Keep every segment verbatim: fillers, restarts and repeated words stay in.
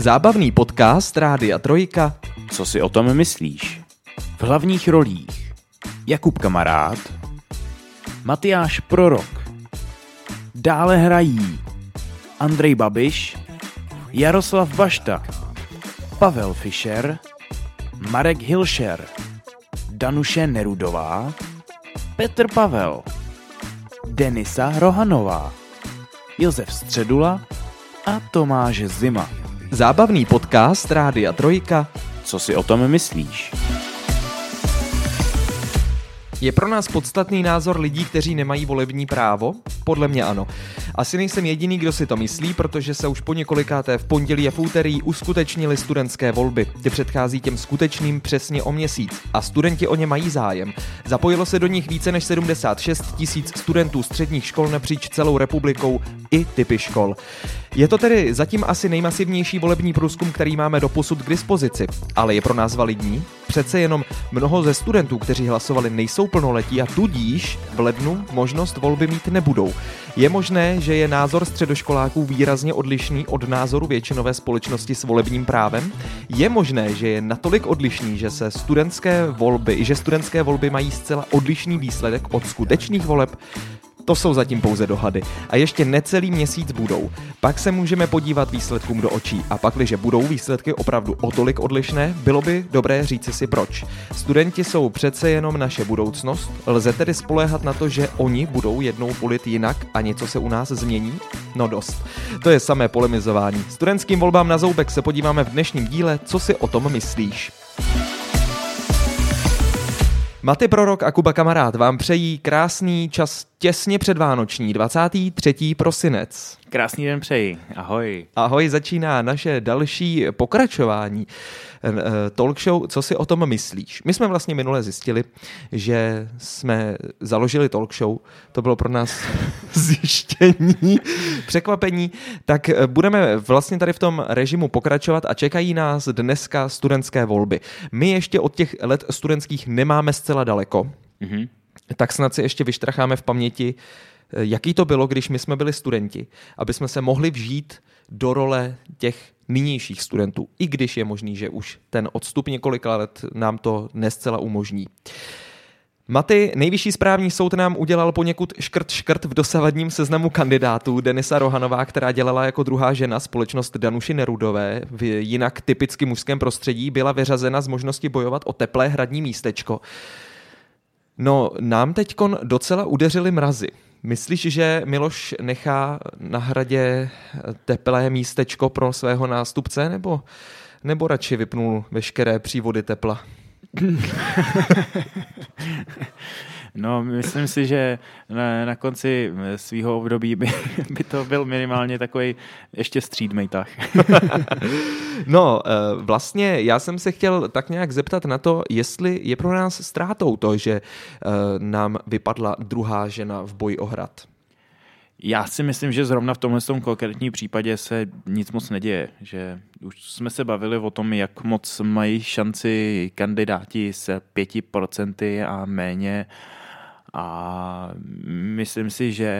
Zábavný podcast Rádia Trojka. Co si o tom myslíš? V hlavních rolích Jakub Kamarád, Matyáš Prorok. Dále hrají Andrej Babiš, Jaroslav Bašta, Pavel Fischer, Marek Hilšer, Danuše Nerudová, Petr Pavel, Denisa Rohanová, Josef Středula a Tomáš Zima. Zábavný podcast Rádia Trojka. Co si o tom myslíš? Je pro nás podstatný názor lidí, kteří nemají volební právo? Podle mě ano. Asi nejsem jediný, kdo si to myslí, protože se už po několikáté v pondělí a v úterý uskutečnily studentské volby. Ty předchází těm skutečným přesně o měsíc a studenti o ně mají zájem. Zapojilo se do nich více než sedmdesát šest tisíc studentů středních škol napříč celou republikou i typy škol. Je to tedy zatím asi nejmasivnější volební průzkum, který máme doposud k dispozici, ale je pro nás validní? Přece jenom mnoho ze studentů, kteří hlasovali, nejsou plnoletí a tudíž v lednu možnost volby mít nebudou. Je možné, že je názor středoškoláků výrazně odlišný od názoru většinové společnosti s volebním právem? Je možné, že je natolik odlišný, že se studentské volby, že studentské volby mají zcela odlišný výsledek od skutečných voleb? To jsou zatím pouze dohady. A ještě necelý měsíc budou. Pak se můžeme podívat výsledkům do očí. A pakliže budou výsledky opravdu o tolik odlišné, bylo by dobré říci si proč. Studenti jsou přece jenom naše budoucnost. Lze tedy spoléhat na to, že oni budou jednou volit jinak a něco se u nás změní? No dost. To je samé polemizování. Studentským volbám na zoubek se podíváme v dnešním díle. Co si o tom myslíš? Maty Prorok a Kuba Kamarád vám přejí krásný čas těsně předvánoční, dvacátého třetího prosinec. Krásný den přeji, ahoj. Ahoj, začíná naše další pokračování talk show. Co si o tom myslíš? My jsme vlastně minule zjistili, že jsme založili talk show, to bylo pro nás zjištění, překvapení, tak budeme vlastně tady v tom režimu pokračovat a čekají nás dneska studentské volby. My ještě od těch let studentských nemáme zcela daleko, mm-hmm. tak snad si ještě vyštracháme v paměti, jaký to bylo, když my jsme byli studenti, aby jsme se mohli vžít do role těch nynějších studentů, i když je možný, že už ten odstup několika let nám to nescela umožní. Maty, nejvyšší správní soud nám udělal poněkud škrt škrt v dosavadním seznamu kandidátů. Denisa Rohanová, která dělala jako druhá žena společnost Danuši Nerudové v jinak typicky mužském prostředí, byla vyřazena z možnosti bojovat o teplé hradní místečko. No, nám teďkon docela udeřily mrazy. Myslíš, že Miloš nechá na hradě teplé místečko pro svého nástupce, nebo, nebo radši vypnul veškeré přívody tepla? No, myslím si, že na, na konci svého období by, by to byl minimálně takový ještě střídmej tah. No, vlastně já jsem se chtěl tak nějak zeptat na to, jestli je pro nás ztrátou to, že nám vypadla druhá žena v boji o hrad. Já si myslím, že zrovna v tomhle konkrétním případě se nic moc neděje. Že už jsme se bavili o tom, jak moc mají šanci kandidáti s pěti procenty a méně. A myslím si, že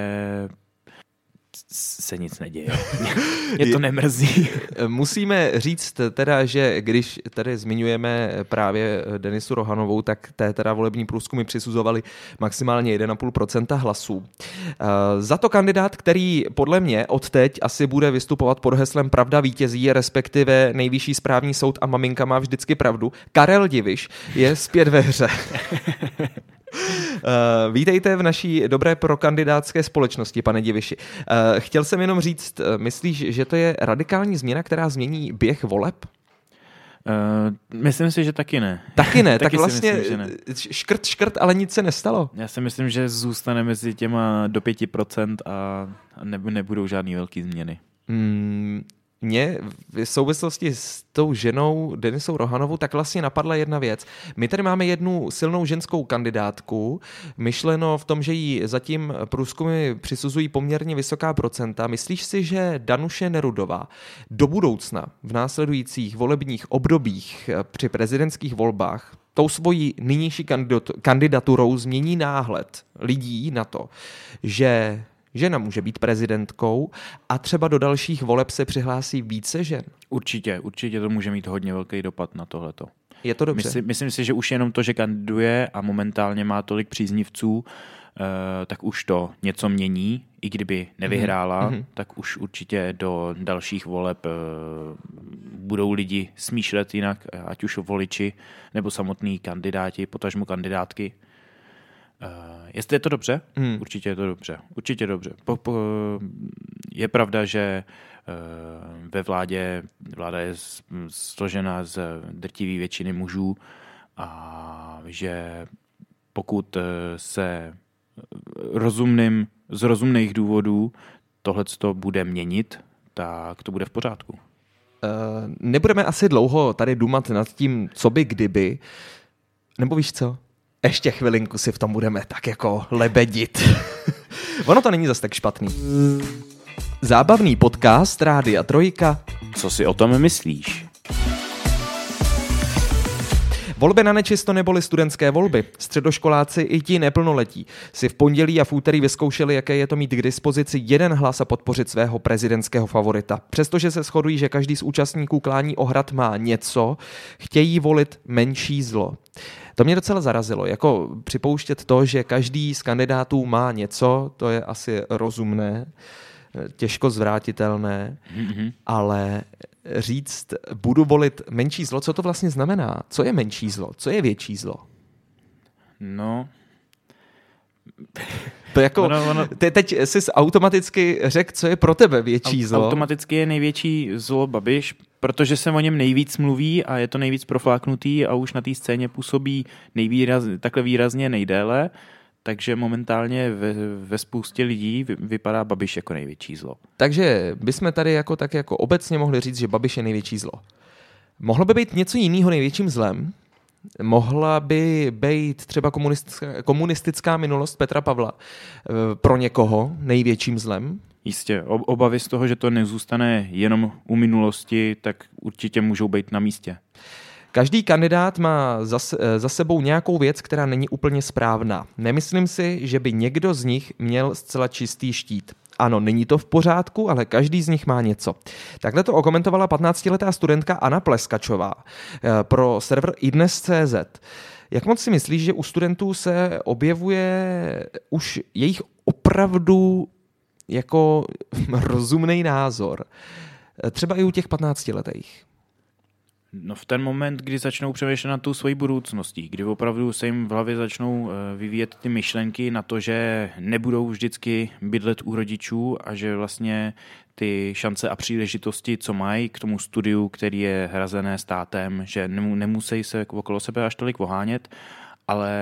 se nic neděje. Mě to nemrzí. Musíme říct teda, že když tady zmiňujeme právě Denisu Rohanovou, tak té teda volební průzkumy přisuzovali maximálně jedna celá pět procenta hlasů. Za to kandidát, který podle mě odteď asi bude vystupovat pod heslem Pravda vítězí, respektive Nejvyšší správní soud a maminka má vždycky pravdu, Karel Diviš je zpět ve hře. Uh, vítejte v naší dobré prokandidátské společnosti, pane Diviši. Uh, chtěl jsem jenom říct, myslíš, že to je radikální změna, která změní běh voleb? Uh, myslím si, že taky ne. Taky ne, taky tak vlastně myslím, ne. škrt, škrt, ale nic se nestalo. Já si myslím, že zůstane mezi těma do pěti procent a nebudou žádný velký změny. Hmm. Mě v souvislosti s tou ženou Denisou Rohanovou tak vlastně napadla jedna věc. My tady máme jednu silnou ženskou kandidátku, myšleno v tom, že jí zatím průzkumy přisuzují poměrně vysoká procenta. Myslíš si, že Danuše Nerudová do budoucna v následujících volebních obdobích při prezidentských volbách tou svojí nynější kandidaturou změní náhled lidí na to, že žena může být prezidentkou a třeba do dalších voleb se přihlásí více žen? Určitě, určitě to může mít hodně velký dopad na tohleto. Je to dobře? Myslím, myslím si, že už jenom to, že kandiduje a momentálně má tolik příznivců, Uh, tak už to něco mění, i kdyby nevyhrála, mm-hmm. tak už určitě do dalších voleb uh, budou lidi smýšlet jinak, ať už voliči nebo samotní kandidáti, potažmo kandidátky. Uh, jestli je to dobře? Mm. Určitě je to dobře. Určitě dobře. Po, po, je pravda, že uh, ve vládě vláda je složena z drtivé většiny mužů a že pokud se rozumným, z rozumných důvodů tohleto bude měnit, tak to bude v pořádku. Uh, nebudeme asi dlouho tady dumat nad tím, co by kdyby, nebo víš co? Ještě chvilinku si v tom budeme tak jako lebedit. Ono to není zas tak špatný. Zábavný podcast Rádia Trojka. Co si o tom myslíš? Volby na nečisto neboli studentské volby. Středoškoláci i ti neplnoletí si v pondělí a v úterý vyzkoušeli, jaké je to mít k dispozici jeden hlas a podpořit svého prezidentského favorita. Přestože se shodují, že každý z účastníků klání o hrad má něco, chtějí volit menší zlo. To mě docela zarazilo. Jako připouštět to, že každý z kandidátů má něco, to je asi rozumné, těžko zvratitelné, mm-hmm. ale říct, budu volit menší zlo, co to vlastně znamená? Co je menší zlo? Co je větší zlo? No... To jako, ono, ono... Ty teď jsi automaticky řekl, co je pro tebe větší zlo. Automaticky je největší zlo Babiš, protože se o něm nejvíc mluví a je to nejvíc profláknutý a už na té scéně působí nejvýraz, takhle výrazně nejdéle, takže momentálně ve, ve spoustě lidí vypadá Babiš jako největší zlo. Takže bychom tady jako tak jako obecně mohli říct, že Babiš je největší zlo. Mohlo by být něco jiného největším zlem? Mohla by být třeba komunistická, komunistická minulost Petra Pavla pro někoho největším zlem? Jistě. Obavy z toho, že to nezůstane jenom u minulosti, tak určitě můžou být na místě. Každý kandidát má za, za sebou nějakou věc, která není úplně správná. Nemyslím si, že by někdo z nich měl zcela čistý štít. Ano, není to v pořádku, ale každý z nich má něco. Takhle to okomentovala patnáctiletá studentka Anna Pleskačová pro server idnes tečka cé zet. Jak moc si myslíš, že u studentů se objevuje už jejich opravdu jako rozumný názor? Třeba i u těch patnáctiletých. No v ten moment, kdy začnou přemýšlet na tu svoji budoucností, kdy opravdu se jim v hlavě začnou vyvíjet ty myšlenky na to, že nebudou vždycky bydlet u rodičů a že vlastně ty šance a příležitosti, co mají k tomu studiu, který je hrazené státem, že nemusí se okolo sebe až tolik ohánět, ale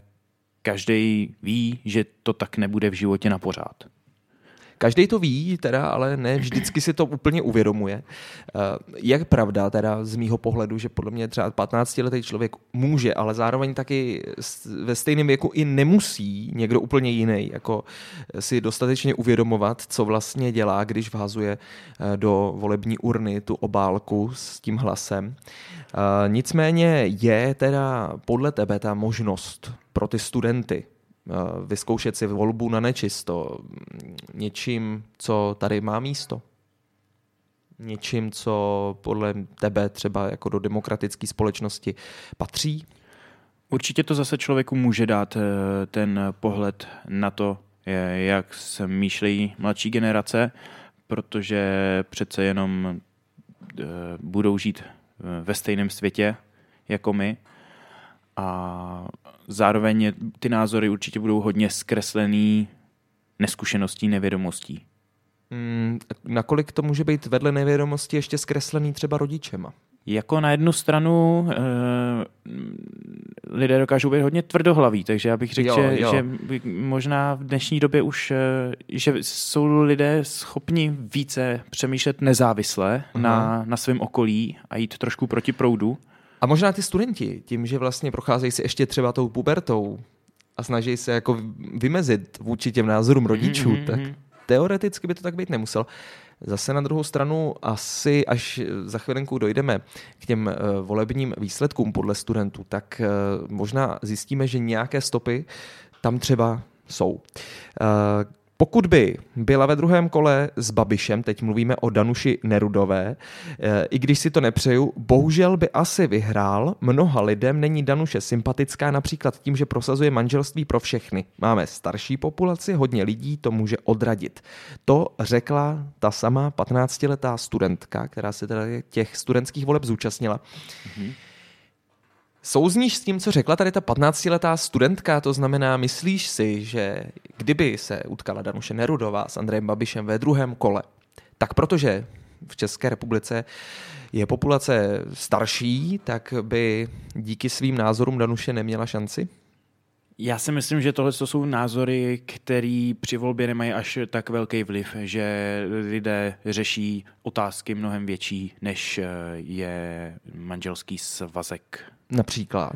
každý ví, že to tak nebude v životě na pořád. Každý to ví, teda, ale ne vždycky si to úplně uvědomuje. Je pravda teda z mýho pohledu, že podle mě třeba patnáctiletý člověk může, ale zároveň taky ve stejném věku i nemusí někdo úplně jiný jako si dostatečně uvědomovat, co vlastně dělá, když vhazuje do volební urny tu obálku s tím hlasem. Nicméně je teda podle tebe ta možnost pro ty studenty vyzkoušet si volbu na nečisto něčím, co tady má místo? Něčím, co podle tebe třeba jako do demokratické společnosti patří? Určitě to zase člověku může dát ten pohled na to, jak se myšlejí mladší generace, protože přece jenom budou žít ve stejném světě jako my a zároveň ty názory určitě budou hodně zkreslený neskušeností, nevědomostí. Hmm, nakolik to může být vedle nevědomosti ještě zkreslený třeba rodičema? Jako na jednu stranu e, lidé dokážou být hodně tvrdohlaví, takže já bych řekl, jo, že, jo. že možná v dnešní době už e, že jsou lidé schopni více přemýšlet nezávisle na, na svém okolí a jít trošku proti proudu. A možná ty studenti, tím, že vlastně procházejí si ještě třeba tou pubertou a snaží se jako vymezit vůči těm názorům rodičů, mm-hmm. tak teoreticky by to tak být nemusel. Zase na druhou stranu asi, až za chvilinku dojdeme k těm uh, volebním výsledkům podle studentů, tak uh, možná zjistíme, že nějaké stopy tam třeba jsou. Uh, Pokud by byla ve druhém kole s Babišem, teď mluvíme o Danuši Nerudové, i když si to nepřeju, bohužel by asi vyhrál. Mnoha lidem není Danuše sympatická například tím, že prosazuje manželství pro všechny. Máme starší populaci, hodně lidí to může odradit. To řekla ta sama patnáctiletá studentka, která se teda těch studentských voleb zúčastnila. Mhm. Souzníš s tím, co řekla tady ta patnáctiletá studentka, to znamená, myslíš si, že kdyby se utkala Danuše Nerudová s Andrejem Babišem ve druhém kole, tak protože v České republice je populace starší, tak by díky svým názorům Danuše neměla šanci? Já si myslím, že tohle jsou názory, které při volbě nemají až tak velký vliv, že lidé řeší otázky mnohem větší, než je manželský svazek. Například?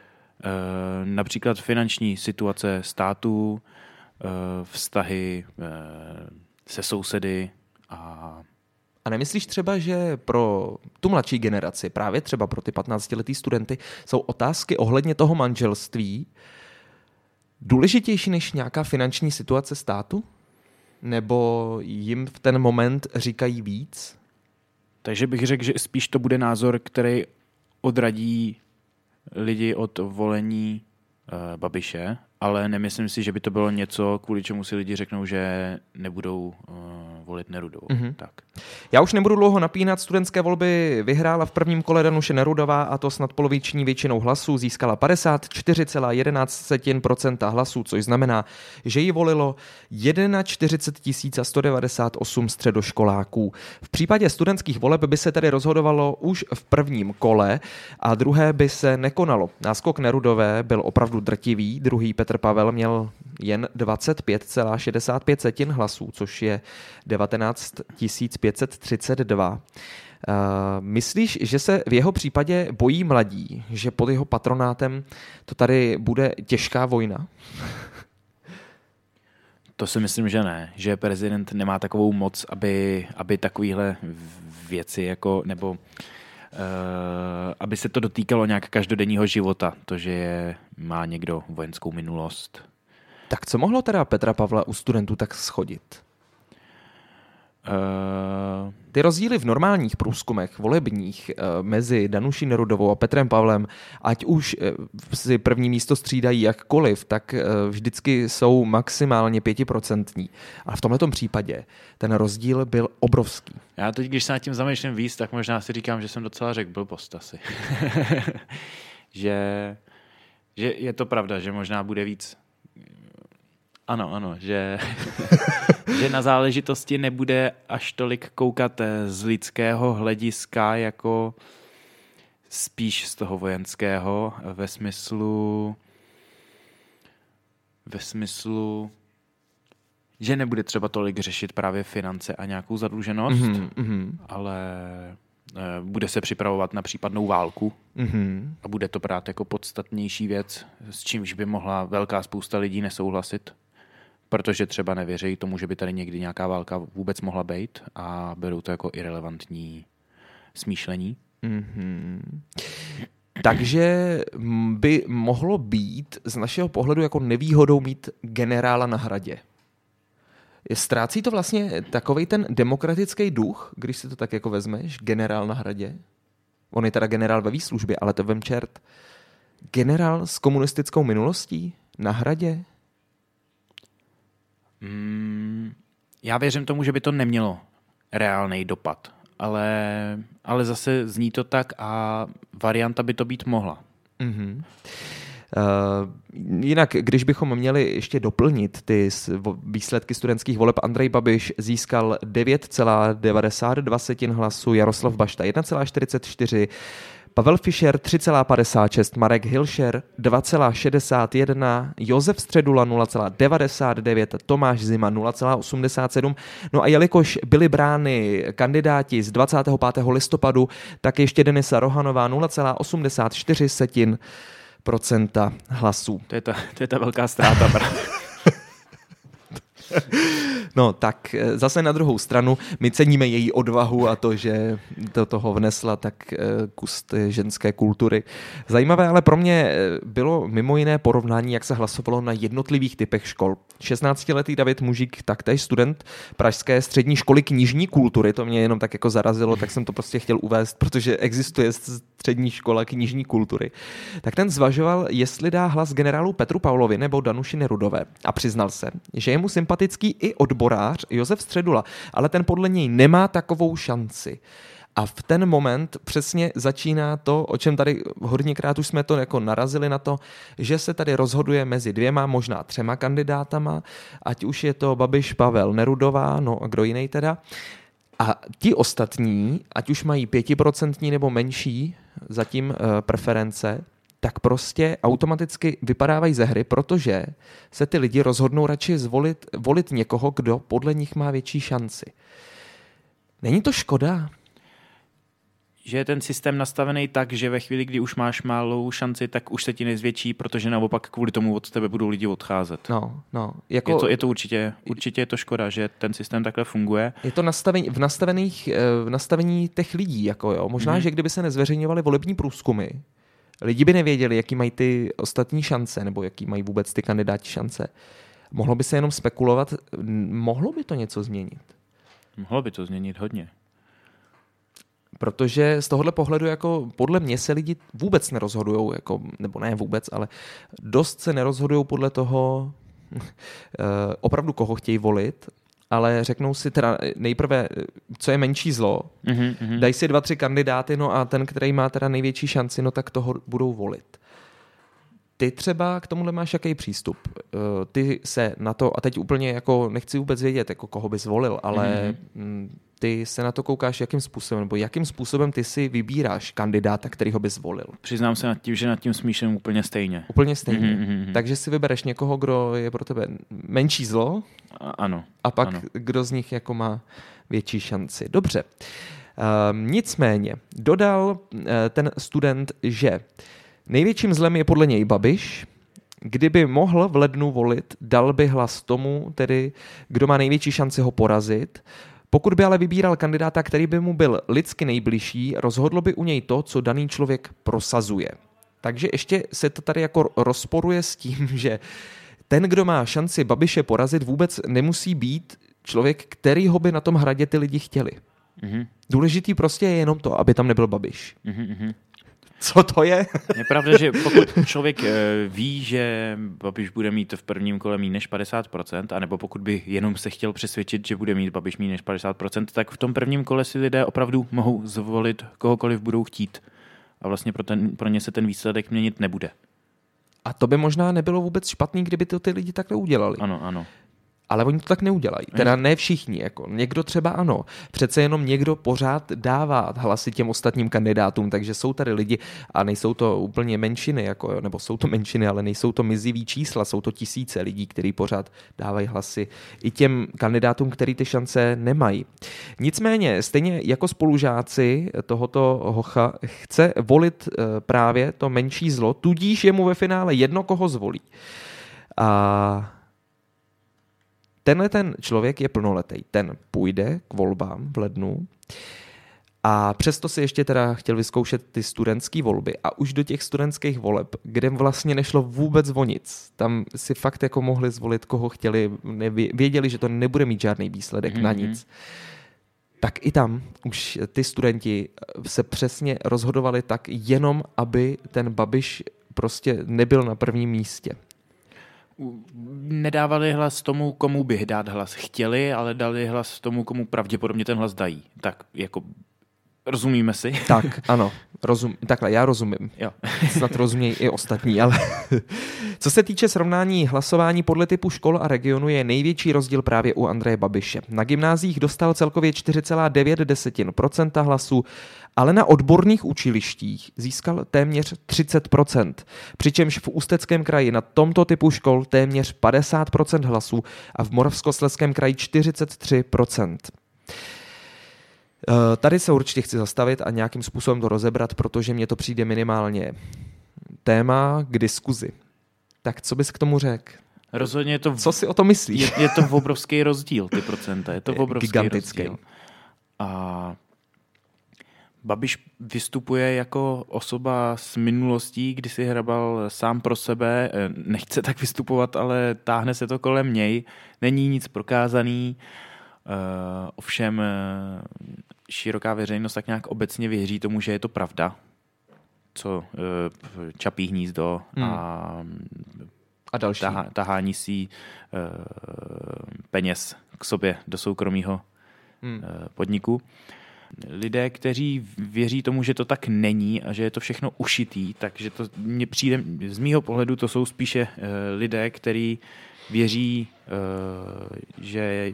E, například finanční situace státu, e, vztahy e, se sousedy a... A nemyslíš třeba, že pro tu mladší generaci, právě třeba pro ty patnáctiletý studenty, jsou otázky ohledně toho manželství důležitější než nějaká finanční situace státu? Nebo jim v ten moment říkají víc? Takže bych řekl, že spíš to bude názor, který odradí lidi od volení uh, Babiše, ale nemyslím si, že by to bylo něco, kvůli čemu si lidi řeknou, že nebudou uh, volit Nerudovou. Mm-hmm. Tak. Já už nebudu dlouho napínat. Studentské volby vyhrála v prvním kole Danuše Nerudová, a to snad poloviční většinou hlasů. Získala padesát čtyři celá jedenáct procenta hlasů, což znamená, že ji volilo čtyřicet jedna tisíc sto devadesát osm středoškoláků. V případě studentských voleb by se tedy rozhodovalo už v prvním kole a druhé by se nekonalo. Náskok Nerudové byl opravdu drtivý. Druhý Petr Pavel měl jen dvacet pět celá šedesát pět hlasů, což je devatenáct tisíc pět set třicet dva. Uh, myslíš, že se v jeho případě bojí mladí, že pod jeho patronátem to tady bude těžká vojna? To si myslím, že ne. Že prezident nemá takovou moc, aby, aby takovýhle věci jako, nebo uh, aby se to dotýkalo nějak každodenního života. To, že je, má někdo vojenskou minulost. Tak co mohlo teda Petra Pavla u studentů tak schodit? Uh... Ty rozdíly v normálních průzkumech volebních uh, mezi Danuší Nerudovou a Petrem Pavlem, ať už uh, si první místo střídají jakkoliv, tak uh, vždycky jsou maximálně pětiprocentní. A v tomhletom případě ten rozdíl byl obrovský. Já teď, když se nad tím zamýšlím víc, tak možná si říkám, že jsem docela řekl blbost asi. že, že je to pravda, že možná bude víc... Ano, ano, že, že na záležitosti nebude až tolik koukat z lidského hlediska, jako spíš z toho vojenského, ve smyslu, ve smyslu, že nebude třeba tolik řešit právě finance a nějakou zadluženost, mm-hmm. ale bude se připravovat na případnou válku mm-hmm. a bude to brát jako podstatnější věc, s čímž by mohla velká spousta lidí nesouhlasit. Protože třeba nevěří tomu, že by tady někdy nějaká válka vůbec mohla být a berou to jako irelevantní smýšlení. Mm-hmm. Takže by mohlo být z našeho pohledu jako nevýhodou mít generála na Hradě. Ztrácí to vlastně takovej ten demokratický duch, když si to tak jako vezmeš, generál na Hradě? On je teda generál ve výslužbě, ale to vem čert. Generál s komunistickou minulostí na Hradě? Mm, já věřím tomu, že by to nemělo reálný dopad, ale, ale zase zní to tak a varianta by to být mohla. Mm-hmm. Uh, jinak, když bychom měli ještě doplnit ty výsledky studentských voleb, Andrej Babiš získal devět celá devadesát dva hlasů, Jaroslav Bašta jedna celá čtyřicet čtyři, Pavel Fischer tři celá padesát šest, Marek Hilšer dva celá šedesát jedna, Josef Středula nula celá devadesát devět, Tomáš Zima nula celá osmdesát sedm. No a jelikož byly brány kandidáti z dvacátého pátého listopadu, tak ještě Denisa Rohanová nula celá osmdesát čtyři procenta hlasů. To je ta, to je ta velká ztráta. No tak zase na druhou stranu my ceníme její odvahu a to, že do toho vnesla tak kus ženské kultury. Zajímavé ale pro mě bylo mimo jiné porovnání, jak se hlasovalo na jednotlivých typech škol. šestnáctiletý David Mužík, taktéž student Pražské střední školy knižní kultury, to mě jenom tak jako zarazilo, tak jsem to prostě chtěl uvést, protože existuje střední škola knižní kultury. Tak ten zvažoval, jestli dá hlas generálu Petru Paulovi nebo Danuši Nerudové a přiznal se, že je mu sympatický i odborář Josef Středula, ale ten podle něj nemá takovou šanci. A v ten moment přesně začíná to, o čem tady hodněkrát už jsme to jako narazili na to, že se tady rozhoduje mezi dvěma, možná třema kandidátama, ať už je to Babiš, Pavel, Nerudová, no a kdo jiný teda. A ti ostatní, ať už mají pětiprocentní nebo menší zatím uh, preference, tak prostě automaticky vypadávají ze hry, protože se ty lidi rozhodnou radši zvolit, volit někoho, kdo podle nich má větší šanci. Není to škoda? Že je ten systém nastavený tak, že ve chvíli, kdy už máš malou šanci, tak už se ti nezvětší, protože naopak kvůli tomu od tebe budou lidi odcházet. No, no. Jako... Je to, je to určitě, určitě je to škoda, že ten systém takhle funguje. Je to nastavení, v, nastavených, v nastavení těch lidí. Jako jo. Možná, mm-hmm. že kdyby se nezveřejňovaly volební průzkumy, lidi by nevěděli, jaký mají ty ostatní šance, nebo jaký mají vůbec ty kandidáti šance. Mohlo by se jenom spekulovat, mohlo by to něco změnit? Mohlo by to změnit hodně. Protože z tohohle pohledu jako podle mě se lidi vůbec nerozhodujou, jako, nebo ne vůbec, ale dost se nerozhodujou podle toho opravdu, koho chtějí volit, ale řeknou si teda nejprve, co je menší zlo, mm-hmm. dají si dva, tři kandidáty, no a ten, který má teda největší šanci, no tak toho budou volit. Ty třeba k tomuhle máš jaký přístup? Ty se na to, a teď úplně jako nechci vůbec vědět, jako koho bys volil, ale mm-hmm. ty se na to koukáš jakým způsobem, nebo jakým způsobem ty si vybíráš kandidáta, kterýho bys volil? Přiznám se nad tím, že nad tím smýšlím úplně stejně. Úplně stejně. Mm-hmm. Takže si vybereš někoho, kdo je pro tebe menší zlo? A, ano. A pak ano. kdo z nich jako má větší šanci. Dobře. Um, nicméně dodal uh, ten student, že největším zlem je podle něj Babiš. Kdyby mohl v lednu volit, dal by hlas tomu, tedy kdo má největší šanci ho porazit. Pokud by ale vybíral kandidáta, který by mu byl lidsky nejbližší, rozhodlo by u něj to, co daný člověk prosazuje. Takže ještě se to tady jako rozporuje s tím, že ten, kdo má šanci Babiše porazit, vůbec nemusí být člověk, kterýho by na tom hradě ty lidi chtěli. Mm-hmm. Důležitý prostě je jenom to, aby tam nebyl Babiš. Mm-hmm. Co to je? Je pravda, že pokud člověk ví, že Babiš bude mít v prvním kole méně než padesát procent, anebo pokud by jenom se chtěl přesvědčit, že bude mít Babiš méně než padesát procent, tak v tom prvním kole si lidé opravdu mohou zvolit kohokoliv budou chtít. A vlastně pro, ten, pro ně se ten výsledek měnit nebude. A to by možná nebylo vůbec špatný, kdyby to ty lidi takhle udělali. Ano, ano. Ale oni to tak neudělají. Teda ne všichni. Jako. Někdo třeba ano. Přece jenom někdo pořád dává hlasy těm ostatním kandidátům, takže jsou tady lidi a nejsou to úplně menšiny, jako, nebo jsou to menšiny, ale nejsou to mizivý čísla, jsou to tisíce lidí, kteří pořád dávají hlasy i těm kandidátům, který ty šance nemají. Nicméně, stejně jako spolužáci tohoto hocha chce volit právě to menší zlo, tudíž je mu ve finále jedno, koho zvolí. A tenhle ten člověk je plnoletý. Ten půjde k volbám v lednu a přesto si ještě teda chtěl vyzkoušet ty studentské volby a už do těch studentských voleb, kde vlastně nešlo vůbec o nic. Tam si fakt jako mohli zvolit, koho chtěli, věděli, že to nebude mít žádný výsledek mm-hmm. na nic. Tak i tam už ty studenti se přesně rozhodovali tak jenom, aby ten Babiš prostě nebyl na prvním místě. Nedávali hlas tomu, komu by dát hlas chtěli, ale dali hlas tomu, komu pravděpodobně ten hlas dají. Tak jako rozumíme si? Tak, ano. Rozum, takhle, já rozumím. Jo. Snad rozumějí i ostatní, ale co se týče srovnání hlasování podle typu škol a regionu, je největší rozdíl právě u Andreje Babiše. Na gymnáziích dostal celkově čtyři celá devět procenta hlasů, ale na odborných učilištích získal téměř třicet procent. Přičemž v Ústeckém kraji na tomto typu škol téměř padesát procent hlasů a v Moravskoslezském kraji čtyřicet tři procent. Tady se určitě chci zastavit a nějakým způsobem to rozebrat, protože mně to přijde minimálně téma k diskuzi. Tak co bys k tomu řekl? Rozhodně je to... Co si o to myslíš? Je, je to obrovský rozdíl, ty procenta. Je to obrovský gigantický rozdíl. A Babiš vystupuje jako osoba s minulostí, kdy si hrabal sám pro sebe, nechce tak vystupovat, ale táhne se to kolem něj, není nic prokázaný, uh, ovšem uh, široká veřejnost tak nějak obecně věří tomu, že je to pravda, co uh, Čapí hnízdo hmm. a, a další. Tahá, tahání si uh, peněz k sobě do soukromého hmm. uh, podniku. Lidé, kteří věří tomu, že to tak není a že je to všechno ušitý, takže to mně přijde, z mýho pohledu to jsou spíše uh, lidé, kteří věří, uh, že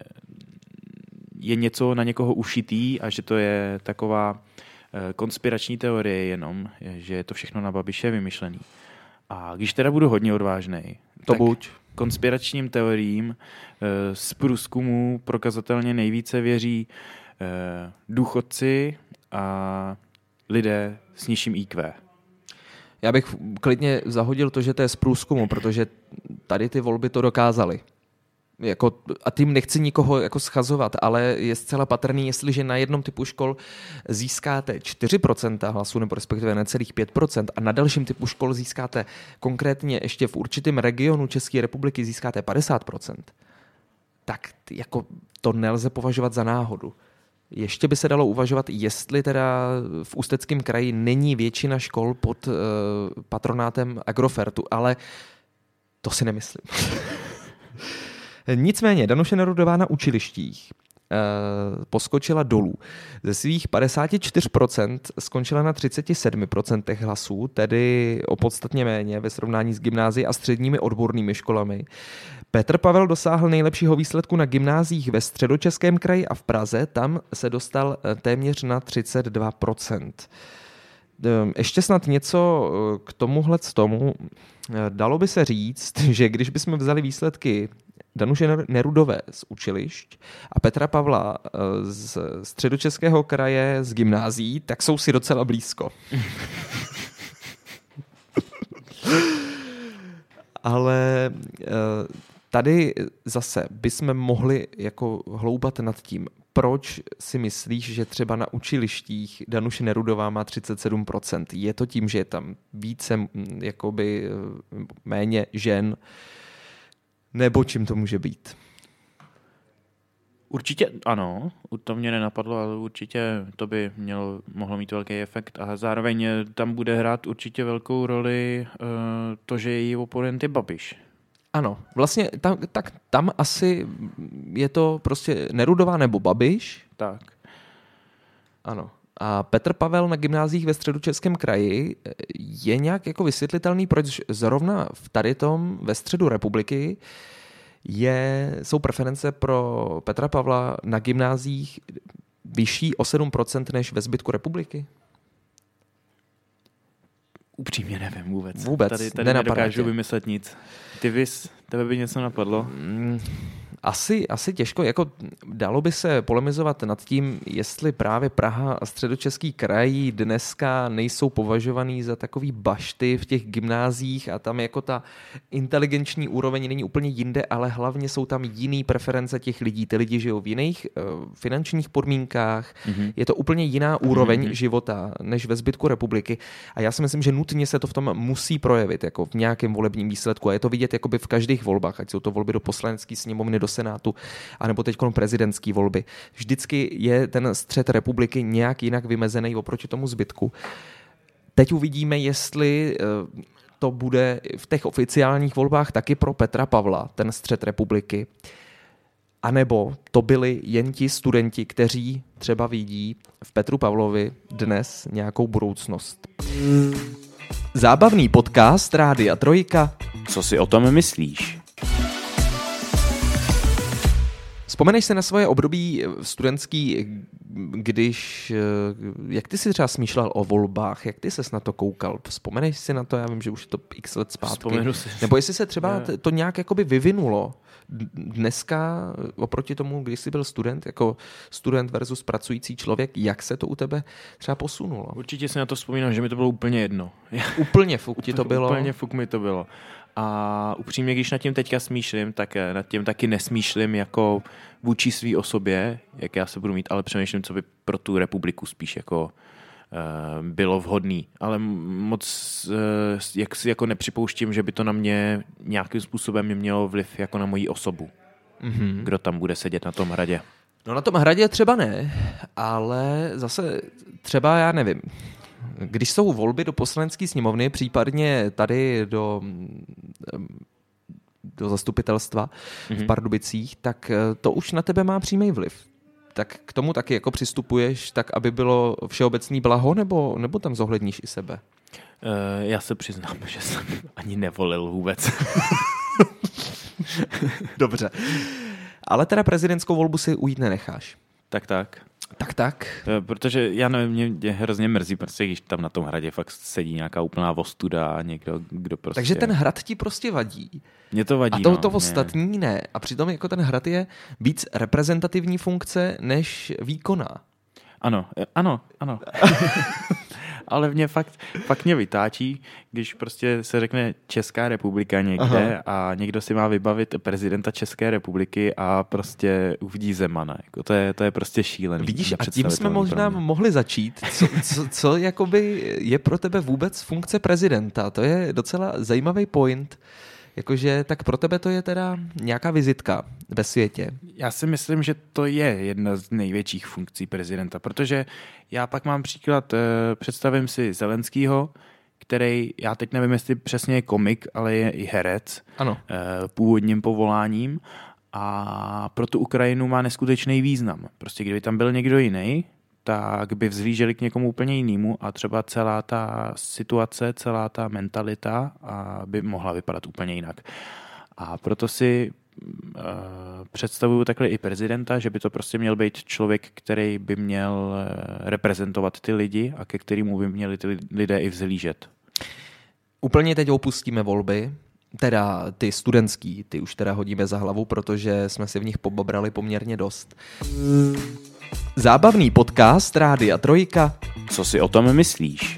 je něco na někoho ušitý a že to je taková uh, konspirační teorie jenom, že je to všechno na Babiše vymyšlený. A když teda budu hodně odvážnej, to tak buď. Konspiračním teoriím uh, z průzkumu prokazatelně nejvíce věří důchodci a lidé s nižším í kvé. Já bych klidně zahodil to, že to je z průzkumu, protože tady ty volby to dokázaly. Jako, a tím nechci nikoho jako schazovat, ale je zcela patrný, jestliže na jednom typu škol získáte čtyři procenta hlasů, nebo respektive necelých pět procent a na dalším typu škol získáte konkrétně ještě v určitém regionu České republiky získáte padesát procent, tak jako to nelze považovat za náhodu. Ještě by se dalo uvažovat, jestli teda v Ústeckém kraji není většina škol pod uh, patronátem Agrofertu, ale to si nemyslím. Nicméně, Danuše Nerudová na učilištích uh, poskočila dolů. Ze svých padesát čtyři procent skončila na třicet sedm procent hlasů, tedy o podstatně méně ve srovnání s gymnázií a středními odbornými školami. Petr Pavel dosáhl nejlepšího výsledku na gymnáziích ve Středočeském kraji a v Praze, tam se dostal téměř na třicet dva procent. Ještě snad něco k tomuhle tomu. Dalo by se říct, že když bychom vzali výsledky Danuše Nerudové z učilišť a Petra Pavla z Středočeského kraje z gymnázií, tak jsou si docela blízko. Ale tady zase bychom mohli jako hloubat nad tím, proč si myslíš, že třeba na učilištích Danuše Nerudová má třicet sedm procent. Je to tím, že je tam více, jakoby méně žen, nebo čím to může být? Určitě ano, to mě nenapadlo, ale určitě to by mělo, mohlo mít velký efekt a zároveň tam bude hrát určitě velkou roli uh, to, že její oponent je Babiš. Ano, vlastně tam, tak tam asi je to prostě Nerudová nebo Babiš. Tak. Ano. A Petr Pavel na gymnáziích ve Středočeském kraji je nějak jako vysvětlitelný, proč zrovna v tady tom ve středu republiky je, jsou preference pro Petra Pavla na gymnáziích vyšší o sedm procent než ve zbytku republiky? Upřímně nevím vůbec. Vůbec, Tady, tady nedokážu vymyslet nic. Ty vys, tebe by něco napadlo? Mm, asi, asi těžko. Jako dalo by se polemizovat nad tím, jestli právě Praha a Středočeský kraj dneska nejsou považovaný za takový bašty v těch gymnáziích a tam jako ta inteligenční úroveň není úplně jinde, ale hlavně jsou tam jiný preference těch lidí. Ty lidi žijou v jiných uh, finančních podmínkách. Mm-hmm. Je to úplně jiná úroveň mm-hmm. života než ve zbytku republiky. A já si myslím, že nutně se to v tom musí projevit jako v nějakém volebním výsledku. A je to vidět jakoby v každých volbách, ať jsou to volby do poslanecké sněmovny, do Senátu, anebo teď prezidentské volby. Vždycky je ten střed republiky nějak jinak vymezený oproti tomu zbytku. Teď uvidíme, jestli to bude v těch oficiálních volbách taky pro Petra Pavla, ten střed republiky. A nebo to byli jen ti studenti, kteří třeba vidí v Petru Pavlovi dnes nějakou budoucnost. Zábavný podcast Rádia Trojka. Co si o tom myslíš? Vzpomeneš si na svoje období studentský, když, jak ty si třeba smýšlel o volbách, jak ty ses na to koukal? Vzpomeneš si na to? Já vím, že už je to x let zpátky. Vzpomenu si. Nebo jestli se třeba to nějak jakoby vyvinulo dneska oproti tomu, když jsi byl student, jako student versus pracující člověk, jak se to u tebe třeba posunulo? Určitě si na to vzpomínám, že mi to bylo úplně jedno. Úplně fuk ti to bylo? Úplně fuk mi to bylo. A upřímně, když nad tím teďka smýšlím, tak nad tím taky nesmýšlím jako vůči svý osobě, jak já se budu mít, ale přemýšlím, co by pro tu republiku spíš jako uh, bylo vhodný. Ale moc uh, jak si jako nepřipouštím, že by to na mě nějakým způsobem mělo vliv jako na moji osobu. Mm-hmm. Kdo tam bude sedět na tom hradě. No na tom hradě třeba ne, ale zase třeba já nevím. Když jsou volby do poslanecké sněmovny, případně tady do, do zastupitelstva mm-hmm. v Pardubicích, tak to už na tebe má přímý vliv. Tak k tomu taky jako přistupuješ, tak aby bylo všeobecný blaho, nebo, nebo tam zohledníš i sebe? Uh, já se přiznám, že jsem ani nevolil vůbec. Dobře. Ale teda prezidentskou volbu si ujít nenecháš. Tak, tak. Tak, tak. Protože já nevím, mě, mě hrozně mrzí, protože když tam na tom hradě fakt sedí nějaká úplná vostuda a někdo, kdo prostě... Takže ten hrad ti prostě vadí. Mě to vadí, A to, no, to ostatní ne. A přitom jako ten hrad je víc reprezentativní funkce než výkonná. Ano, ano, ano. Ale mě fakt, fakt mě vytáčí, když prostě se řekne Česká republika někde. Aha. A někdo si má vybavit prezidenta České republiky a prostě uvidí Zemana. Jako to, je, to je prostě šílený. Vidíš, a tím jsme možná mohli začít. Co, co, co jakoby je pro tebe vůbec funkce prezidenta? To je docela zajímavý point. Jakože, tak pro tebe to je teda nějaká vizitka ve světě. Já si myslím, že to je jedna z největších funkcí prezidenta, protože já pak mám příklad, představím si Zelenskýho, který, já teď nevím, jestli přesně je komik, ale je i herec. Ano. Původním povoláním a pro tu Ukrajinu má neskutečný význam. Prostě kdyby tam byl někdo jiný, tak by vzhlíželi k někomu úplně jinému a třeba celá ta situace, celá ta mentalita by mohla vypadat úplně jinak. A proto si uh, představuju takhle i prezidenta, že by to prostě měl být člověk, který by měl reprezentovat ty lidi a ke kterému by měli ty lidé i vzhlížet. Úplně teď opustíme volby, teda ty studentský, ty už teda hodíme za hlavu, protože jsme si v nich pobabrali poměrně dost. Zábavný podcast Rádia Trojka. Co si o tom myslíš?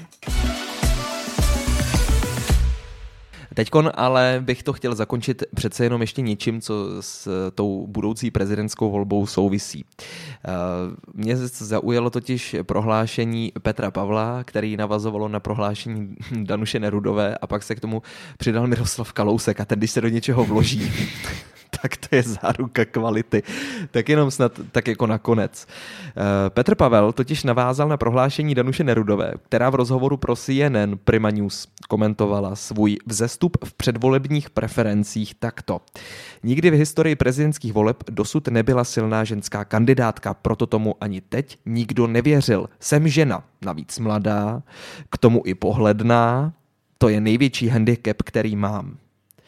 Teďkon ale bych to chtěl zakončit přece jenom ještě něčím, co s tou budoucí prezidentskou volbou souvisí. Mě zaujalo totiž prohlášení Petra Pavla, který navazovalo na prohlášení Danuše Nerudové a pak se k tomu přidal Miroslav Kalousek a ten, když se do něčeho vloží, tak to je záruka kvality. Tak jenom snad tak jako nakonec. Petr Pavel totiž navázal na prohlášení Danuše Nerudové, která v rozhovoru pro C N N Prima News komentovala svůj vzestup v předvolebních preferencích takto. Nikdy v historii prezidentských voleb dosud nebyla silná ženská kandidátka, proto tomu ani teď nikdo nevěřil. Jsem žena, navíc mladá, k tomu i pohledná, to je největší handicap, který mám.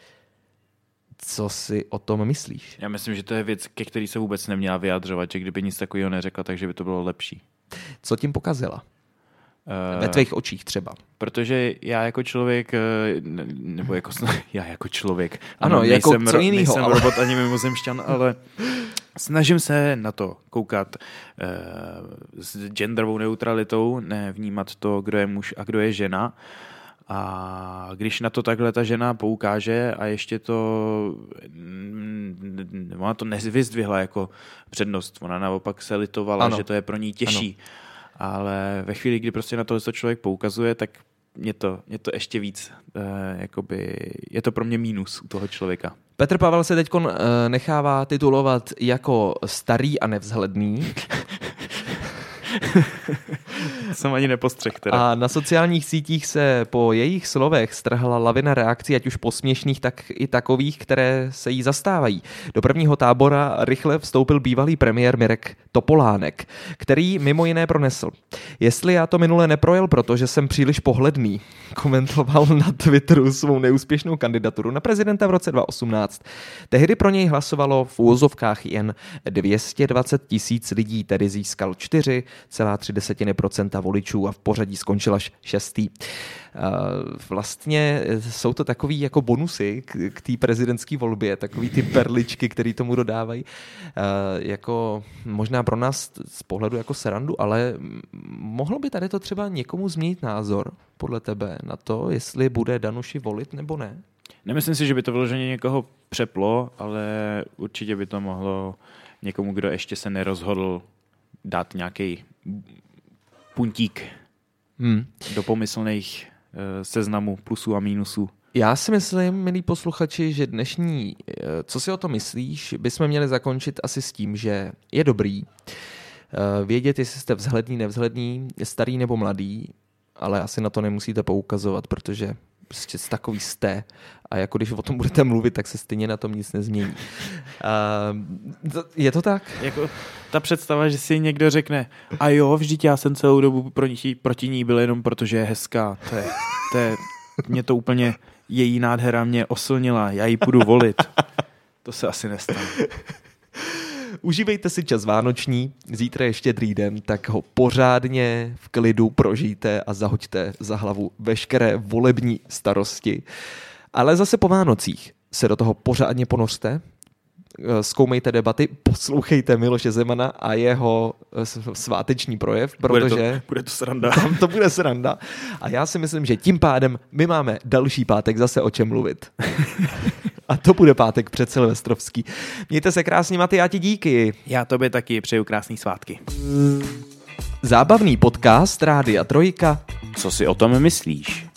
Co si o tom myslíš? Já myslím, že to je věc, ke který se vůbec neměla vyjadřovat, že kdyby nic takového neřekla, takže by to bylo lepší. Co tím pokazila? Uh, Ve tvých očích třeba. Protože já jako člověk, nebo jako já jako člověk, ano, ano jako nejsem, co jinýho, nejsem ale... robot ani mimozemšťan, ale snažím se na to koukat uh, s genderovou neutralitou, ne vnímat to, kdo je muž a kdo je žena. A když na to takhle ta žena poukáže a ještě to, ona to nevyzdvihla jako přednost, ona naopak se litovala, ano. Že to je pro ní těžší. Ano. Ale ve chvíli, kdy prostě na to člověk poukazuje, tak mě to, mě to ještě víc, eh, jakoby, je to pro mě mínus u toho člověka. Petr Pavel se teď eh, nechává titulovat jako starý a nevzhledný. Jsem ani nepostřeh teda. A na sociálních sítích se po jejich slovech strhla lavina reakcí, ať už posměšných, tak i takových, které se jí zastávají. Do prvního tábora rychle vstoupil bývalý premiér Mirek Topolánek, který mimo jiné pronesl. Jestli já to minule neprojel, protože jsem příliš pohledný, komentoval na Twitteru svou neúspěšnou kandidaturu na prezidenta v roce dva tisíce osmnáct. Tehdy pro něj hlasovalo v úvozovkách jen dvě stě dvacet tisíc lidí, tedy získal čtyři celá tři procenta voličů a v pořadí skončil až šestý. Vlastně jsou to takový jako bonusy k té prezidentské volbě, takový ty perličky, které tomu dodávají. Jako možná pro nás z pohledu jako srandu, ale mohlo by tady to třeba někomu změnit názor podle tebe na to, jestli bude Danuši volit nebo ne? Nemyslím si, že by to vyloženě někoho přeplo, ale určitě by to mohlo někomu, kdo ještě se nerozhodl, dát nějaký puntík hmm. do pomyslných uh, seznamů plusů a mínusů. Já si myslím, milí posluchači, že dnešní, co si o to myslíš, bychom měli zakončit asi s tím, že je dobrý vědět, jestli jste vzhledný, nevzhledný, starý nebo mladý, ale asi na to nemusíte poukazovat, protože prostě takový jste a jako když o tom budete mluvit, tak se stejně na tom nic nezmění. Uh, je to tak? Jako ta představa, že si někdo řekne a jo, vždyť já jsem celou dobu proti, proti ní byl jenom protože je hezká. To je, to je, mě to úplně, její nádhera mě oslnila, já ji půjdu volit. To se asi nestane. Užívejte si čas vánoční, zítra je štědrý den, tak ho pořádně v klidu prožijte a zahoďte za hlavu veškeré volební starosti. Ale zase po Vánocích se do toho pořádně ponořte, zkoumejte debaty, poslouchejte Miloše Zemana a jeho sváteční projev, protože bude to, bude to sranda. Tam to bude sranda. A já si myslím, že tím pádem my máme další pátek zase o čem mluvit. A to bude pátek předsilvestrovský. Mějte se krásně, Maty, já ti díky. Já tobě taky přeju krásný svátky. Zábavný podcast Rádia Trojka. Co si o tom myslíš?